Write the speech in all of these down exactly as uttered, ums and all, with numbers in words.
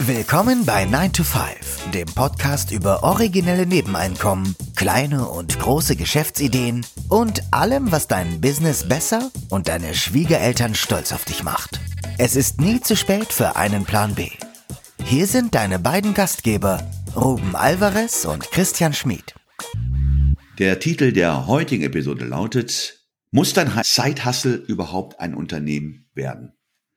Willkommen bei nine to five, dem Podcast über originelle Nebeneinkommen, kleine und große Geschäftsideen und allem, was dein Business besser und deine Schwiegereltern stolz auf dich macht. Es ist nie zu spät für einen Plan B. Hier sind deine beiden Gastgeber, Ruben Alvarez und Christian Schmid. Der Titel der heutigen Episode lautet: Muss dein Side-Hustle überhaupt ein Unternehmen werden?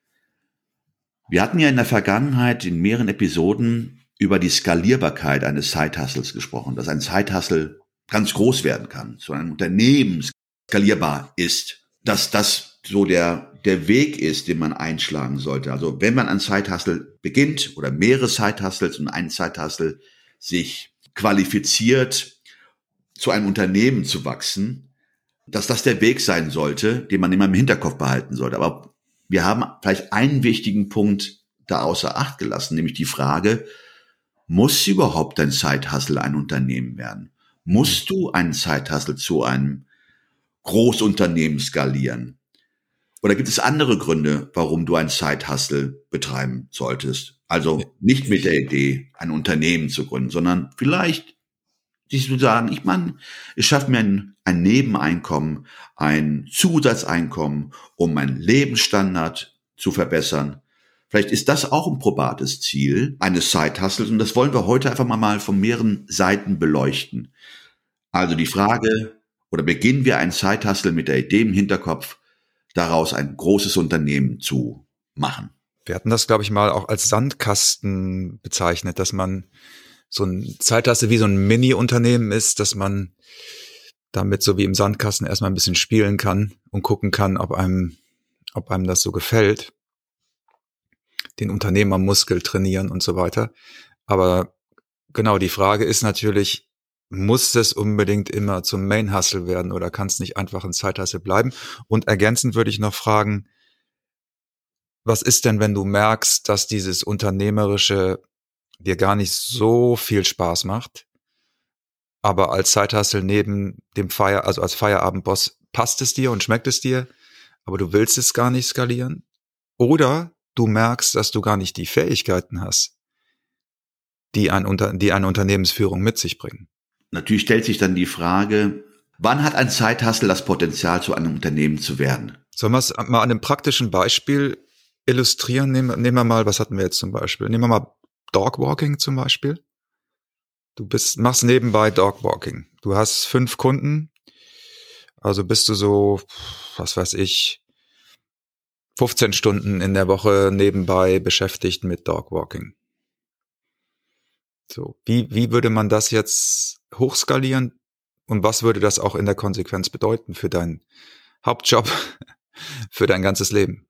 Wir hatten ja in der Vergangenheit in mehreren Episoden über die Skalierbarkeit eines Side-Hustles gesprochen, dass ein Side-Hustle ganz groß werden kann, so ein Unternehmen skalierbar ist, dass das so der, der Weg ist, den man einschlagen sollte. Also wenn man ein Side-Hustle beginnt oder mehrere Side-Hustles und ein Side-Hustle sich qualifiziert, zu einem Unternehmen zu wachsen, dass das der Weg sein sollte, den man immer im Hinterkopf behalten sollte. Aber wir haben vielleicht einen wichtigen Punkt da außer Acht gelassen, nämlich die Frage: Muss überhaupt ein Side-Hustle ein Unternehmen werden? Musst du einen Side-Hustle zu einem Großunternehmen skalieren? Oder gibt es andere Gründe, warum du ein Side-Hustle betreiben solltest? Also nicht mit der Idee, ein Unternehmen zu gründen, sondern vielleicht sich zu sagen, ich meine, es schafft mir ein, ein Nebeneinkommen, ein Zusatzeinkommen, um meinen Lebensstandard zu verbessern. Vielleicht ist das auch ein probates Ziel eines Side-Hustles, und das wollen wir heute einfach mal von mehreren Seiten beleuchten. Also die Frage, oder beginnen wir ein Side-Hustle mit der Idee im Hinterkopf, daraus ein großes Unternehmen zu machen? Wir hatten das, glaube ich, mal auch als Sandkasten bezeichnet, dass man so ein Side-Hustle wie so ein Mini-Unternehmen ist, dass man damit so wie im Sandkasten erstmal ein bisschen spielen kann und gucken kann, ob einem, ob einem das so gefällt. Den Unternehmermuskel trainieren und so weiter. Aber genau, die Frage ist natürlich, muss es unbedingt immer zum Main-Hustle werden oder kann es nicht einfach ein Side-Hustle bleiben? Und ergänzend würde ich noch fragen, was ist denn, wenn du merkst, dass dieses Unternehmerische dir gar nicht so viel Spaß macht, aber als Side-Hustle neben dem Feier, also als Feierabendboss passt es dir und schmeckt es dir, aber du willst es gar nicht skalieren? Oder du merkst, dass du gar nicht die Fähigkeiten hast, die ein Unter- die eine Unternehmensführung mit sich bringen. Natürlich stellt sich dann die Frage, wann hat ein Side-Hustle das Potenzial, zu einem Unternehmen zu werden? Sollen wir es mal an einem praktischen Beispiel illustrieren? Nehmen, nehmen wir mal, was hatten wir jetzt zum Beispiel? Nehmen wir mal Dogwalking zum Beispiel. Du bist, machst nebenbei Dogwalking. Du hast fünf Kunden, also bist du so, was weiß ich, fünfzehn Stunden in der Woche nebenbei beschäftigt mit Dogwalking. So, wie, wie würde man das jetzt hochskalieren und was würde das auch in der Konsequenz bedeuten für deinen Hauptjob, für dein ganzes Leben?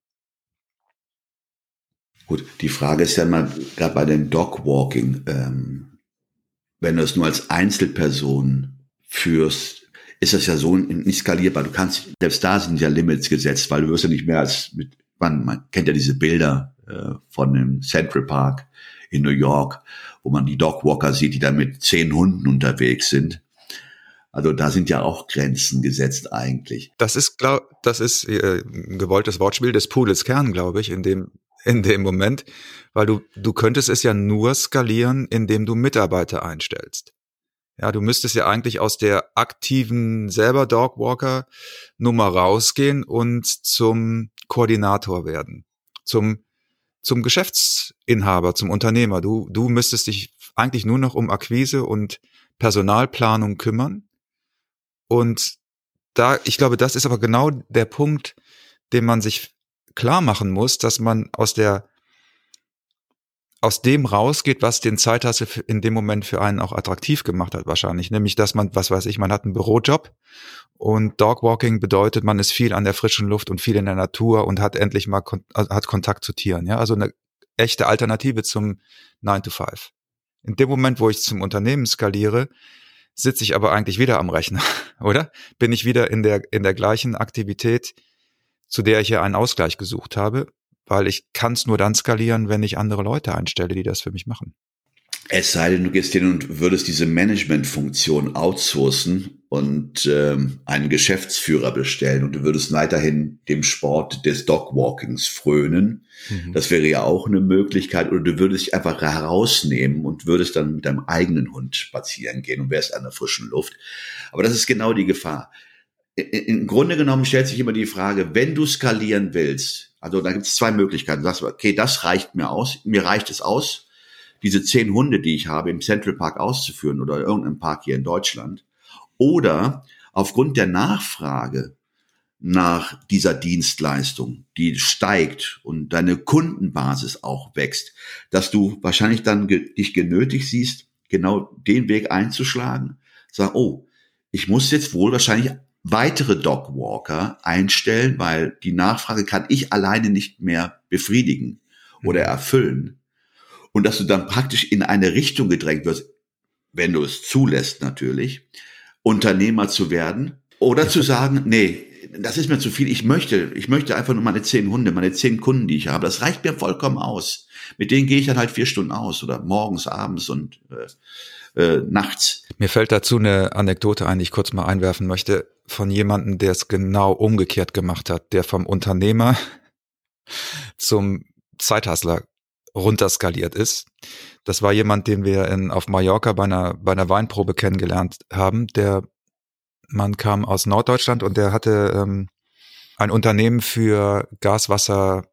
Gut, die Frage ist ja mal, gerade bei dem Dogwalking, ähm, wenn du es nur als Einzelperson führst, ist das ja so nicht skalierbar. Du kannst, selbst da sind ja Limits gesetzt, weil du wirst ja nicht mehr als mit, man, man kennt ja diese Bilder äh, von dem Central Park in New York, wo man die Dogwalker sieht, die da mit zehn Hunden unterwegs sind. Also da sind ja auch Grenzen gesetzt eigentlich. Das ist, glaub, das ist äh, ein gewolltes Wortspiel des Pudels Kern, glaube ich, in dem in dem Moment, weil du du könntest es ja nur skalieren, indem du Mitarbeiter einstellst. Ja, du müsstest ja eigentlich aus der aktiven selber Dogwalker Nummer rausgehen und zum Koordinator werden, zum zum Geschäftsinhaber, zum Unternehmer. Du du müsstest dich eigentlich nur noch um Akquise und Personalplanung kümmern. Und da, ich glaube, das ist aber genau der Punkt, den man sich klar machen muss, dass man aus der aus dem rausgeht, was den Side-Hustle in dem Moment für einen auch attraktiv gemacht hat wahrscheinlich. Nämlich, dass man, was weiß ich, man hat einen Bürojob und Dogwalking bedeutet, man ist viel an der frischen Luft und viel in der Natur und hat endlich mal kon- hat Kontakt zu Tieren. Ja, also eine echte Alternative zum nine to five. In dem Moment, wo ich zum Unternehmen skaliere, sitze ich aber eigentlich wieder am Rechner, oder? Bin ich wieder in der in der gleichen Aktivität, zu der ich ja einen Ausgleich gesucht habe, weil ich kann es nur dann skalieren, wenn ich andere Leute einstelle, die das für mich machen. Es sei denn, du gehst hin und würdest diese Managementfunktion outsourcen und ähm, einen Geschäftsführer bestellen und du würdest weiterhin dem Sport des Dogwalkings frönen. Mhm. Das wäre ja auch eine Möglichkeit. Oder du würdest dich einfach herausnehmen und würdest dann mit deinem eigenen Hund spazieren gehen und wärst an der frischen Luft. Aber das ist genau die Gefahr. Im Grunde genommen stellt sich immer die Frage, wenn du skalieren willst, also da gibt es zwei Möglichkeiten. Du sagst, okay, das reicht mir aus, mir reicht es aus, diese zehn Hunde, die ich habe, im Central Park auszuführen oder irgendeinem Park hier in Deutschland. Oder aufgrund der Nachfrage nach dieser Dienstleistung, die steigt und deine Kundenbasis auch wächst, dass du wahrscheinlich dann ge- dich genötigt siehst, genau den Weg einzuschlagen. Sag, oh, ich muss jetzt wohl wahrscheinlich weitere Dogwalker einstellen, weil die Nachfrage kann ich alleine nicht mehr befriedigen oder erfüllen. Und dass du dann praktisch in eine Richtung gedrängt wirst, wenn du es zulässt natürlich, Unternehmer zu werden oder zu sagen, nee, das ist mir zu viel, ich möchte, ich möchte einfach nur meine zehn Hunde, meine zehn Kunden, die ich habe, das reicht mir vollkommen aus. Mit denen gehe ich dann halt vier Stunden aus oder morgens, abends und äh, äh, nachts. Mir fällt dazu eine Anekdote ein, die ich kurz mal einwerfen möchte, von jemandem, der es genau umgekehrt gemacht hat, der vom Unternehmer zum Zeithustler runterskaliert ist. Das war jemand, den wir in, auf Mallorca bei einer, bei einer Weinprobe kennengelernt haben. Der Mann kam aus Norddeutschland und der hatte ähm, ein Unternehmen für Gas, Wasser,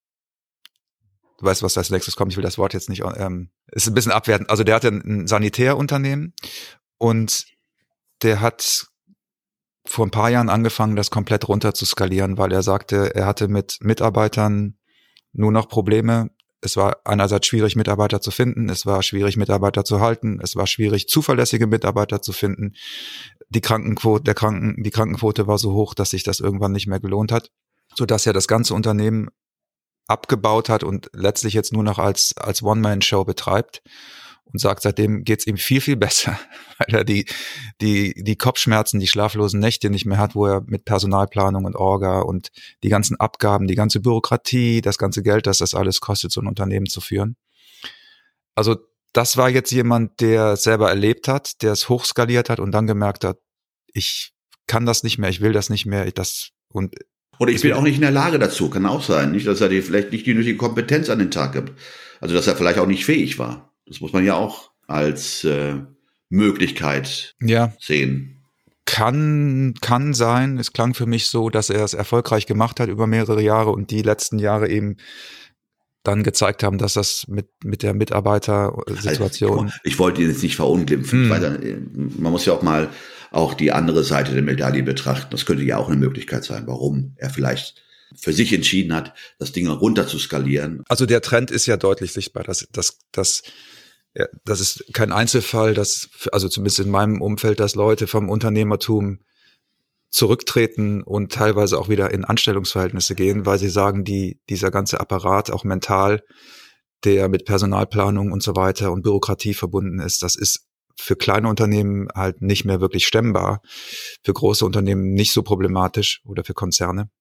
du weißt, was als nächstes kommt, ich will das Wort jetzt nicht, ähm, ist ein bisschen abwertend. Also der hatte ein Sanitärunternehmen und der hat vor ein paar Jahren angefangen, das komplett runter zu skalieren, weil er sagte, er hatte mit Mitarbeitern nur noch Probleme. Es war einerseits schwierig, Mitarbeiter zu finden, es war schwierig, Mitarbeiter zu halten, es war schwierig, zuverlässige Mitarbeiter zu finden. Die Krankenquote, der Kranken, die Krankenquote war so hoch, dass sich das irgendwann nicht mehr gelohnt hat, sodass er das ganze Unternehmen abgebaut hat und letztlich jetzt nur noch als, als One-Man-Show betreibt und sagt, seitdem geht's ihm viel, viel besser, weil er die, die, die Kopfschmerzen, die schlaflosen Nächte nicht mehr hat, wo er mit Personalplanung und Orga und die ganzen Abgaben, die ganze Bürokratie, das ganze Geld, das das alles kostet, so ein Unternehmen zu führen. Also das war jetzt jemand, der es selber erlebt hat, der es hochskaliert hat und dann gemerkt hat, ich kann das nicht mehr, ich will das nicht mehr, das und Oder ich bin auch nicht in der Lage dazu, kann auch sein, nicht, dass er dir vielleicht nicht die nötige Kompetenz an den Tag gibt. Also dass er vielleicht auch nicht fähig war. Das muss man ja auch als äh, Möglichkeit ja. sehen. Kann, kann sein. Es klang für mich so, dass er es erfolgreich gemacht hat über mehrere Jahre und die letzten Jahre eben dann gezeigt haben, dass das mit mit der Mitarbeitersituation... Also, ich wollte ihn jetzt nicht verunglimpfen. Hm. Weil, man muss ja auch mal auch die andere Seite der Medaille betrachten. Das könnte ja auch eine Möglichkeit sein, warum er vielleicht für sich entschieden hat, das Ding runter zu skalieren. Also der Trend ist ja deutlich sichtbar, dass dass dass ja, das ist kein Einzelfall, dass also zumindest in meinem Umfeld, dass Leute vom Unternehmertum zurücktreten und teilweise auch wieder in Anstellungsverhältnisse gehen, weil sie sagen, die dieser ganze Apparat auch mental, der mit Personalplanung und so weiter und Bürokratie verbunden ist, das ist für kleine Unternehmen halt nicht mehr wirklich stemmbar, für große Unternehmen nicht so problematisch oder für Konzerne.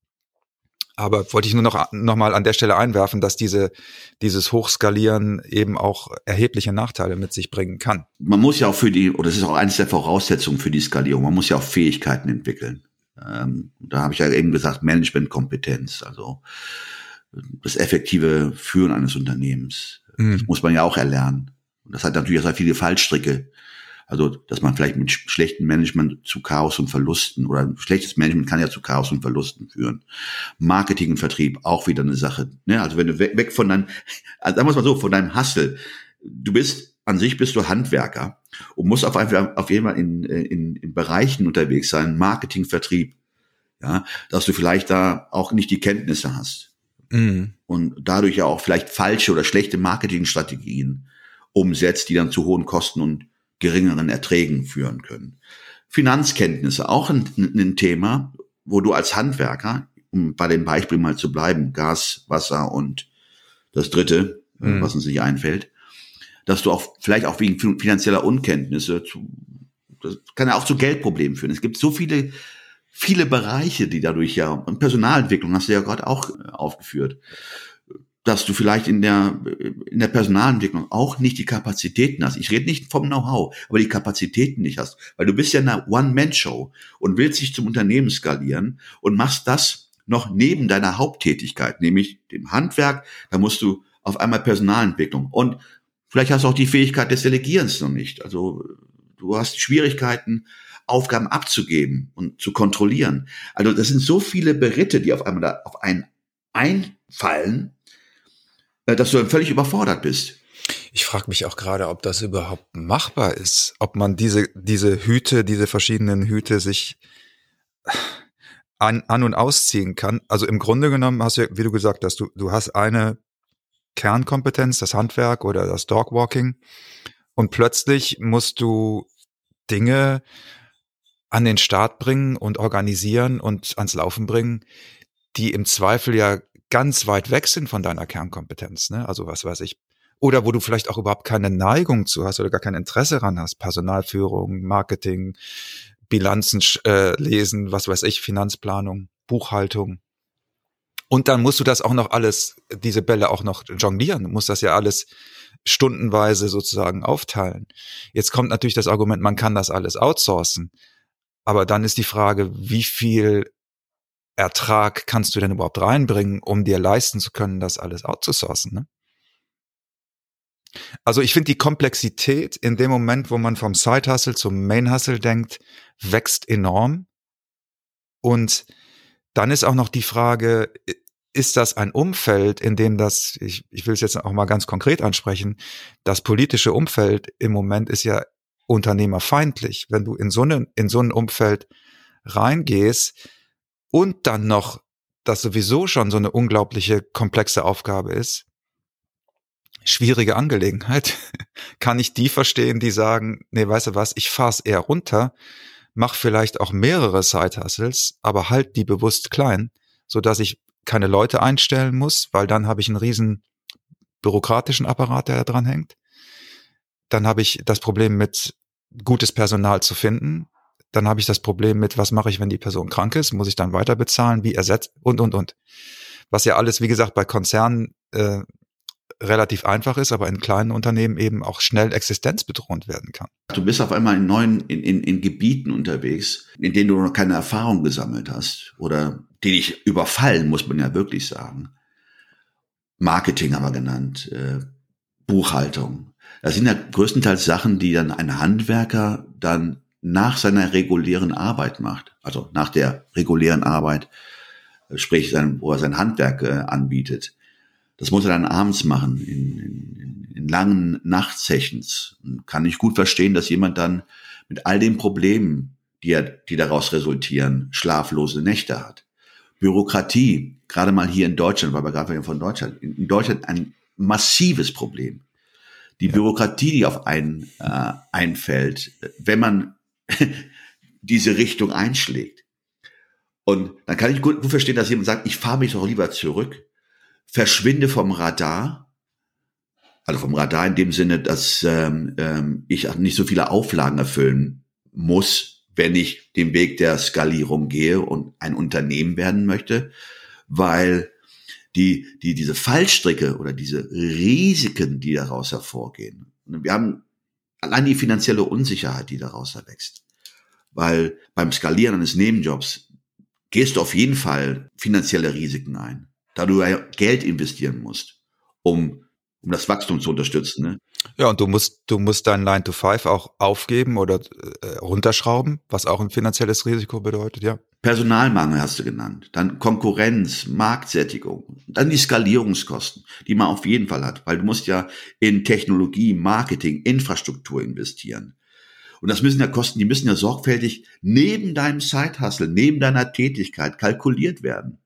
Aber wollte ich nur noch, noch mal an der Stelle einwerfen, dass diese, dieses Hochskalieren eben auch erhebliche Nachteile mit sich bringen kann. Man muss ja auch für die, oder das ist auch eines der Voraussetzungen für die Skalierung, man muss ja auch Fähigkeiten entwickeln. Ähm, da habe ich ja eben gesagt, Managementkompetenz, also das effektive Führen eines Unternehmens. Mhm. Das muss man ja auch erlernen. Und das hat natürlich auch sehr viele Fallstricke. Also, dass man vielleicht mit schlechtem Management zu Chaos und Verlusten oder schlechtes Management kann ja zu Chaos und Verlusten führen. Marketing und Vertrieb, auch wieder eine Sache. Ne? Also, wenn du weg von deinem, also sagen wir es mal so, von deinem Hustle, du bist, an sich bist du Handwerker und musst auf, einfach, auf jeden Fall in, in, in Bereichen unterwegs sein, Marketing, Vertrieb, ja, dass du vielleicht da auch nicht die Kenntnisse hast. Mhm. Und dadurch ja auch vielleicht falsche oder schlechte Marketingstrategien umsetzt, die dann zu hohen Kosten und geringeren Erträgen führen können. Finanzkenntnisse, auch ein, ein Thema, wo du als Handwerker, um bei dem Beispiel mal zu bleiben, Gas, Wasser und das dritte, mhm. was uns nicht einfällt, dass du auch vielleicht auch wegen finanzieller Unkenntnisse, zu, das kann ja auch zu Geldproblemen führen. Es gibt so viele, viele Bereiche, die dadurch ja, und Personalentwicklung hast du ja gerade auch aufgeführt, dass du vielleicht in der, in der Personalentwicklung auch nicht die Kapazitäten hast. Ich rede nicht vom Know-how, aber die Kapazitäten nicht hast. Weil du bist ja eine One-Man-Show und willst dich zum Unternehmen skalieren und machst das noch neben deiner Haupttätigkeit, nämlich dem Handwerk. Da musst du auf einmal Personalentwicklung. Und vielleicht hast du auch die Fähigkeit des Delegierens noch nicht. Also du hast Schwierigkeiten, Aufgaben abzugeben und zu kontrollieren. Also das sind so viele Beritte, die auf einmal da auf einen einfallen, dass du dann völlig überfordert bist. Ich frage mich auch gerade, ob das überhaupt machbar ist, ob man diese diese Hüte, diese verschiedenen Hüte sich an, an und ausziehen kann. Also im Grunde genommen hast du, wie du gesagt hast, du du hast eine Kernkompetenz, das Handwerk oder das Dogwalking, und plötzlich musst du Dinge an den Start bringen und organisieren und ans Laufen bringen, die im Zweifel ja ganz weit weg sind von deiner Kernkompetenz, ne? Also was weiß ich. Oder wo du vielleicht auch überhaupt keine Neigung zu hast oder gar kein Interesse ran hast. Personalführung, Marketing, Bilanzen äh, lesen, was weiß ich, Finanzplanung, Buchhaltung. Und dann musst du das auch noch alles, diese Bälle auch noch jonglieren. Du musst das ja alles stundenweise sozusagen aufteilen. Jetzt kommt natürlich das Argument, man kann das alles outsourcen. Aber dann ist die Frage, wie viel Ertrag kannst du denn überhaupt reinbringen, um dir leisten zu können, das alles outzusourcen, ne? Also ich finde, die Komplexität in dem Moment, wo man vom Side-Hustle zum Main-Hustle denkt, wächst enorm. Und dann ist auch noch die Frage, ist das ein Umfeld, in dem das, ich, ich will es jetzt auch mal ganz konkret ansprechen, das politische Umfeld im Moment ist ja unternehmerfeindlich. Wenn du in so eine, in so ein Umfeld reingehst und dann noch das sowieso schon so eine unglaubliche komplexe Aufgabe ist, schwierige Angelegenheit, kann ich die verstehen, die sagen, nee, weißt du was, ich fahr's eher runter, mach vielleicht auch mehrere Side-Hustles, aber halt die bewusst klein, so dass ich keine Leute einstellen muss, weil dann habe ich einen riesen bürokratischen Apparat, der da dran hängt. Dann habe ich das Problem mit gutes Personal zu finden. Dann habe ich das Problem mit, was mache ich, wenn die Person krank ist? Muss ich dann weiter bezahlen? Wie ersetzt? Und, und, und. Was ja alles, wie gesagt, bei Konzernen äh, relativ einfach ist, aber in kleinen Unternehmen eben auch schnell existenzbedrohend werden kann. Du bist auf einmal in neuen, in, in, in Gebieten unterwegs, in denen du noch keine Erfahrung gesammelt hast oder die dich überfallen, muss man ja wirklich sagen. Marketing haben wir genannt, äh, Buchhaltung. Das sind ja größtenteils Sachen, die dann ein Handwerker dann nach seiner regulären Arbeit macht, also nach der regulären Arbeit, sprich, sein, wo er sein Handwerk äh, anbietet. Das muss er dann abends machen, in, in, in langen Nachtsessions. Und kann ich gut verstehen, dass jemand dann mit all den Problemen, die, er, die daraus resultieren, schlaflose Nächte hat. Bürokratie, gerade mal hier in Deutschland, weil wir gerade von Deutschland, in Deutschland ein massives Problem. Die ja. Bürokratie, die auf einen äh, einfällt, wenn man diese Richtung einschlägt. Und dann kann ich gut, gut verstehen, dass jemand sagt, ich fahre mich doch lieber zurück, verschwinde vom Radar, also vom Radar in dem Sinne, dass ähm, ähm, ich nicht so viele Auflagen erfüllen muss, wenn ich den Weg der Skalierung gehe und ein Unternehmen werden möchte, weil die die diese Fallstricke oder diese Risiken, die daraus hervorgehen, wir haben allein die finanzielle Unsicherheit, die daraus erwächst, weil beim Skalieren eines Nebenjobs gehst du auf jeden Fall finanzielle Risiken ein, da du ja Geld investieren musst, um um das Wachstum zu unterstützen, ne? Ja, und du musst du musst deinen nine to five auch aufgeben oder äh, runterschrauben, was auch ein finanzielles Risiko bedeutet, ja. Personalmangel hast du genannt, dann Konkurrenz, Marktsättigung, dann die Skalierungskosten, die man auf jeden Fall hat, weil du musst ja in Technologie, Marketing, Infrastruktur investieren. Und das müssen ja Kosten, die müssen ja sorgfältig neben deinem Side-Hustle, neben deiner Tätigkeit kalkuliert werden.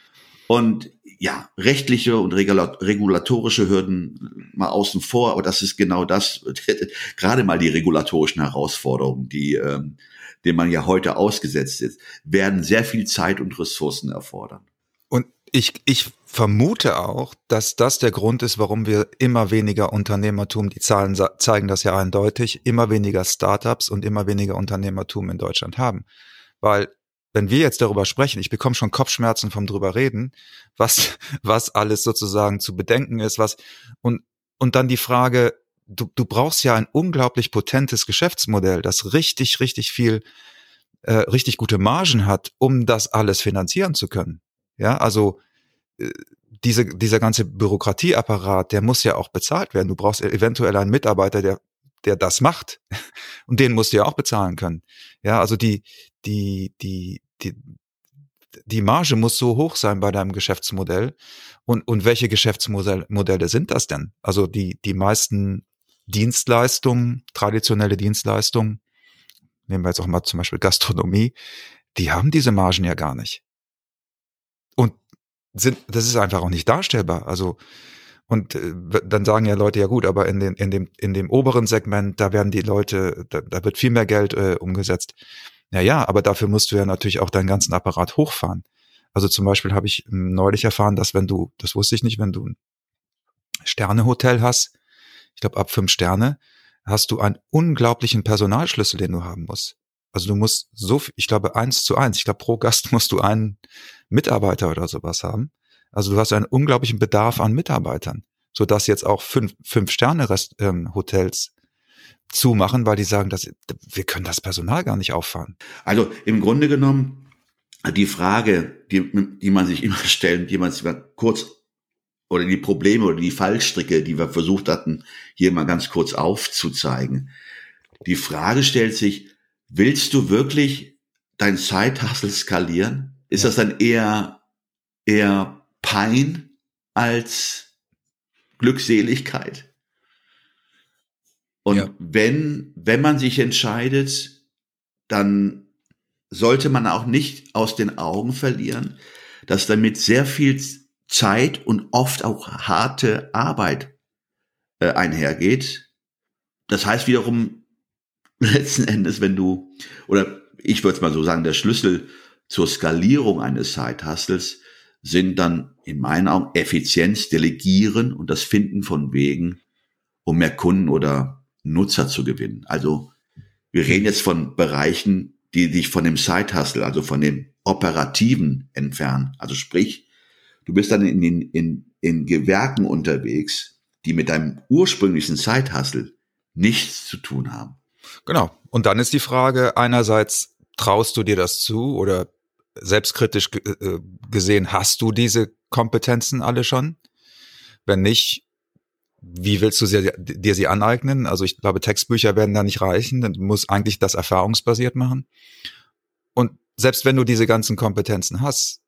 Und ja, rechtliche und regulatorische Hürden mal außen vor, aber das ist genau das, gerade mal die regulatorischen Herausforderungen, die, ähm, denen man ja heute ausgesetzt ist, werden sehr viel Zeit und Ressourcen erfordern. Und ich, ich vermute auch, dass das der Grund ist, warum wir immer weniger Unternehmertum, die Zahlen sa- zeigen das ja eindeutig, immer weniger Startups und immer weniger Unternehmertum in Deutschland haben. Weil wenn wir jetzt darüber sprechen, ich bekomme schon Kopfschmerzen vom drüber reden, was, was alles sozusagen zu bedenken ist, was, und, und dann die Frage, du, du brauchst ja ein unglaublich potentes Geschäftsmodell, das richtig, richtig viel, äh, richtig gute Margen hat, um das alles finanzieren zu können. Ja, also, äh, diese, dieser ganze Bürokratieapparat, der muss ja auch bezahlt werden. Du brauchst eventuell einen Mitarbeiter, der, der das macht. Und den musst du ja auch bezahlen können. Ja, also die, die, die, die, die Marge muss so hoch sein bei deinem Geschäftsmodell. Und, und welche Geschäftsmodelle Modelle sind das denn? Also die, die meisten Dienstleistungen, traditionelle Dienstleistungen, nehmen wir jetzt auch mal zum Beispiel Gastronomie, die haben diese Margen ja gar nicht. Und sind, das ist einfach auch nicht darstellbar. Also, und äh, dann sagen ja Leute, ja gut, aber in, den, in, dem, in dem oberen Segment, da werden die Leute, da, da wird viel mehr Geld äh, umgesetzt. Ja, ja, aber dafür musst du ja natürlich auch deinen ganzen Apparat hochfahren. Also zum Beispiel habe ich neulich erfahren, dass wenn du, das wusste ich nicht, wenn du ein Sternehotel hast, ich glaube ab fünf Sterne, hast du einen unglaublichen Personalschlüssel, den du haben musst. Also du musst so, ich glaube eins zu eins, ich glaube pro Gast musst du einen Mitarbeiter oder sowas haben. Also du hast einen unglaublichen Bedarf an Mitarbeitern, sodass jetzt auch fünf, fünf Sterne Rest, ähm, Hotels zumachen, weil die sagen, dass wir können das Personal gar nicht auffahren. Also im Grunde genommen die Frage, die, die man sich immer stellt, die man sich mal kurz oder die Probleme oder die Fallstricke, die wir versucht hatten, hier mal ganz kurz aufzuzeigen. Die Frage stellt sich, willst du wirklich dein Side-Hustle skalieren? Ist ja. das dann eher, eher Pein als Glückseligkeit? Und ja. wenn, wenn man sich entscheidet, dann sollte man auch nicht aus den Augen verlieren, dass damit sehr viel Zeit und oft auch harte Arbeit äh, einhergeht. Das heißt wiederum, letzten Endes, wenn du, oder ich würde es mal so sagen, der Schlüssel zur Skalierung eines Side-Hustles sind dann in meinen Augen Effizienz, Delegieren und das Finden von Wegen, um mehr Kunden oder Nutzer zu gewinnen. Also wir reden jetzt von Bereichen, die dich von dem Side-Hustle, also von dem Operativen entfernen. Also sprich, du bist dann in, in, in, in Gewerken unterwegs, die mit deinem ursprünglichen Side-Hustle nichts zu tun haben. Genau. Und dann ist die Frage, einerseits traust du dir das zu oder selbstkritisch g- gesehen, hast du diese Kompetenzen alle schon? Wenn nicht, wie willst du sie, dir sie aneignen? Also ich glaube, Textbücher werden da nicht reichen. Du musst eigentlich das erfahrungsbasiert machen. Und selbst wenn du diese ganzen Kompetenzen hast,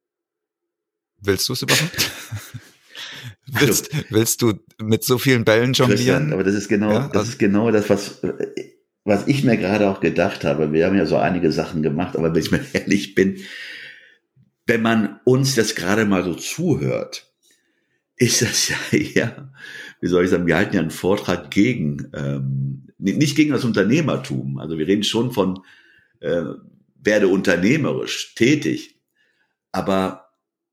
willst du es überhaupt? willst, willst du mit so vielen Bällen jonglieren? Christian, aber das ist genau, ja, das ist genau das, was, was ich mir gerade auch gedacht habe. Wir haben ja so einige Sachen gemacht, aber wenn ich mir ehrlich bin, wenn man uns das gerade mal so zuhört, ist das ja eher, wie soll ich sagen, wir halten ja einen Vortrag gegen, ähm, nicht gegen das Unternehmertum. Also wir reden schon von, äh, werde unternehmerisch tätig, aber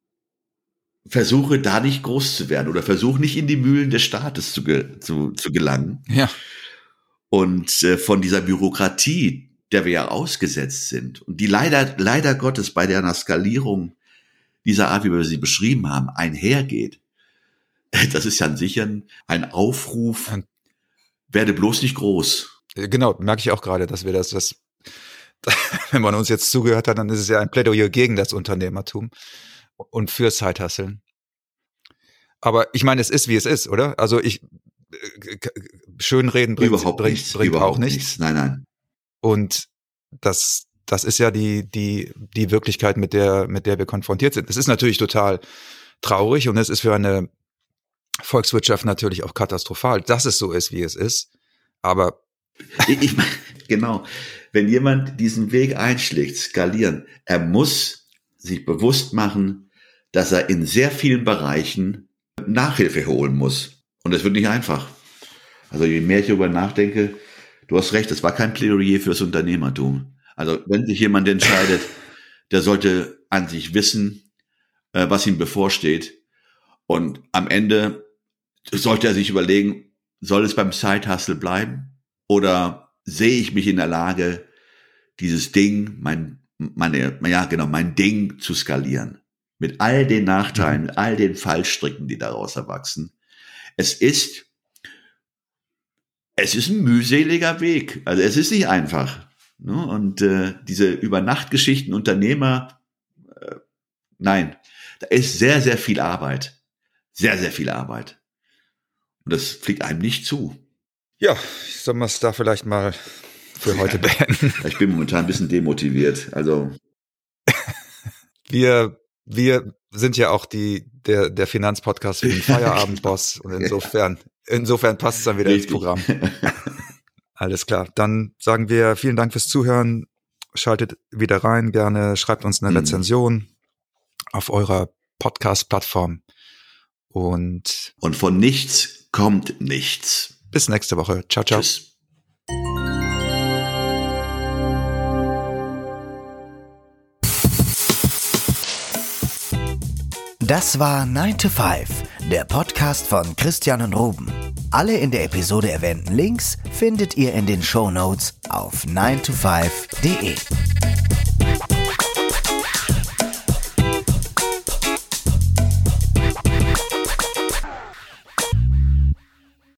versuche da nicht groß zu werden oder versuche nicht in die Mühlen des Staates zu, ge- zu, zu gelangen. Ja. Und äh, von dieser Bürokratie, der wir ja ausgesetzt sind und die leider, leider Gottes bei der Skalierung dieser Art, wie wir sie beschrieben haben, einhergeht. Das ist ja an sich ein, ein Aufruf, werde bloß nicht groß. Genau, merke ich auch gerade, dass wir das, das, wenn man uns jetzt zugehört hat, dann ist es ja ein Plädoyer gegen das Unternehmertum und für Side-Hustlen. Aber ich meine, es ist, wie es ist, oder? Also ich, schönreden bringt, überhaupt bringt, nichts, bringt überhaupt auch nichts. nichts. Nein, nein. Und das, das ist ja die, die, die Wirklichkeit, mit der, mit der wir konfrontiert sind. Es ist natürlich total traurig und es ist für eine Volkswirtschaft natürlich auch katastrophal, dass es so ist, wie es ist. Aber ich, ich meine, genau, wenn jemand diesen Weg einschlägt, skalieren, er muss sich bewusst machen, dass er in sehr vielen Bereichen Nachhilfe holen muss. Und das wird nicht einfach. Also je mehr ich darüber nachdenke, du hast recht, es war kein Plädoyer fürs Unternehmertum. Also wenn sich jemand entscheidet, der sollte an sich wissen, was ihm bevorsteht. Und am Ende sollte er sich überlegen, soll es beim Side-Hustle bleiben? Oder sehe ich mich in der Lage, dieses Ding, mein meine, ja genau, mein Ding zu skalieren. Mit all den Nachteilen, mit all den Fallstricken, die daraus erwachsen. Es ist, es ist ein mühseliger Weg. Also es ist nicht einfach. Ne? Und äh, diese Übernachtgeschichten, Unternehmer, äh, nein, da ist sehr, sehr viel Arbeit. Sehr, sehr viel Arbeit. Und das fliegt einem nicht zu. Ja, sollen wir es da vielleicht mal für heute beenden? Ich bin momentan ein bisschen demotiviert. Also wir, wir sind ja auch die, der, der Finanzpodcast für den Feierabendboss. Und insofern, insofern passt es dann wieder Richtig. ins Programm. Alles klar. Dann sagen wir vielen Dank fürs Zuhören. Schaltet wieder rein, gerne schreibt uns eine Rezension mhm. auf eurer Podcast-Plattform. Und, Und von nichts kommt nichts. Bis nächste Woche. Ciao, ciao. Tschüss. Das war nine to five, der Podcast von Christian und Ruben. Alle in der Episode erwähnten Links findet ihr in den Shownotes auf nine to five punkt de.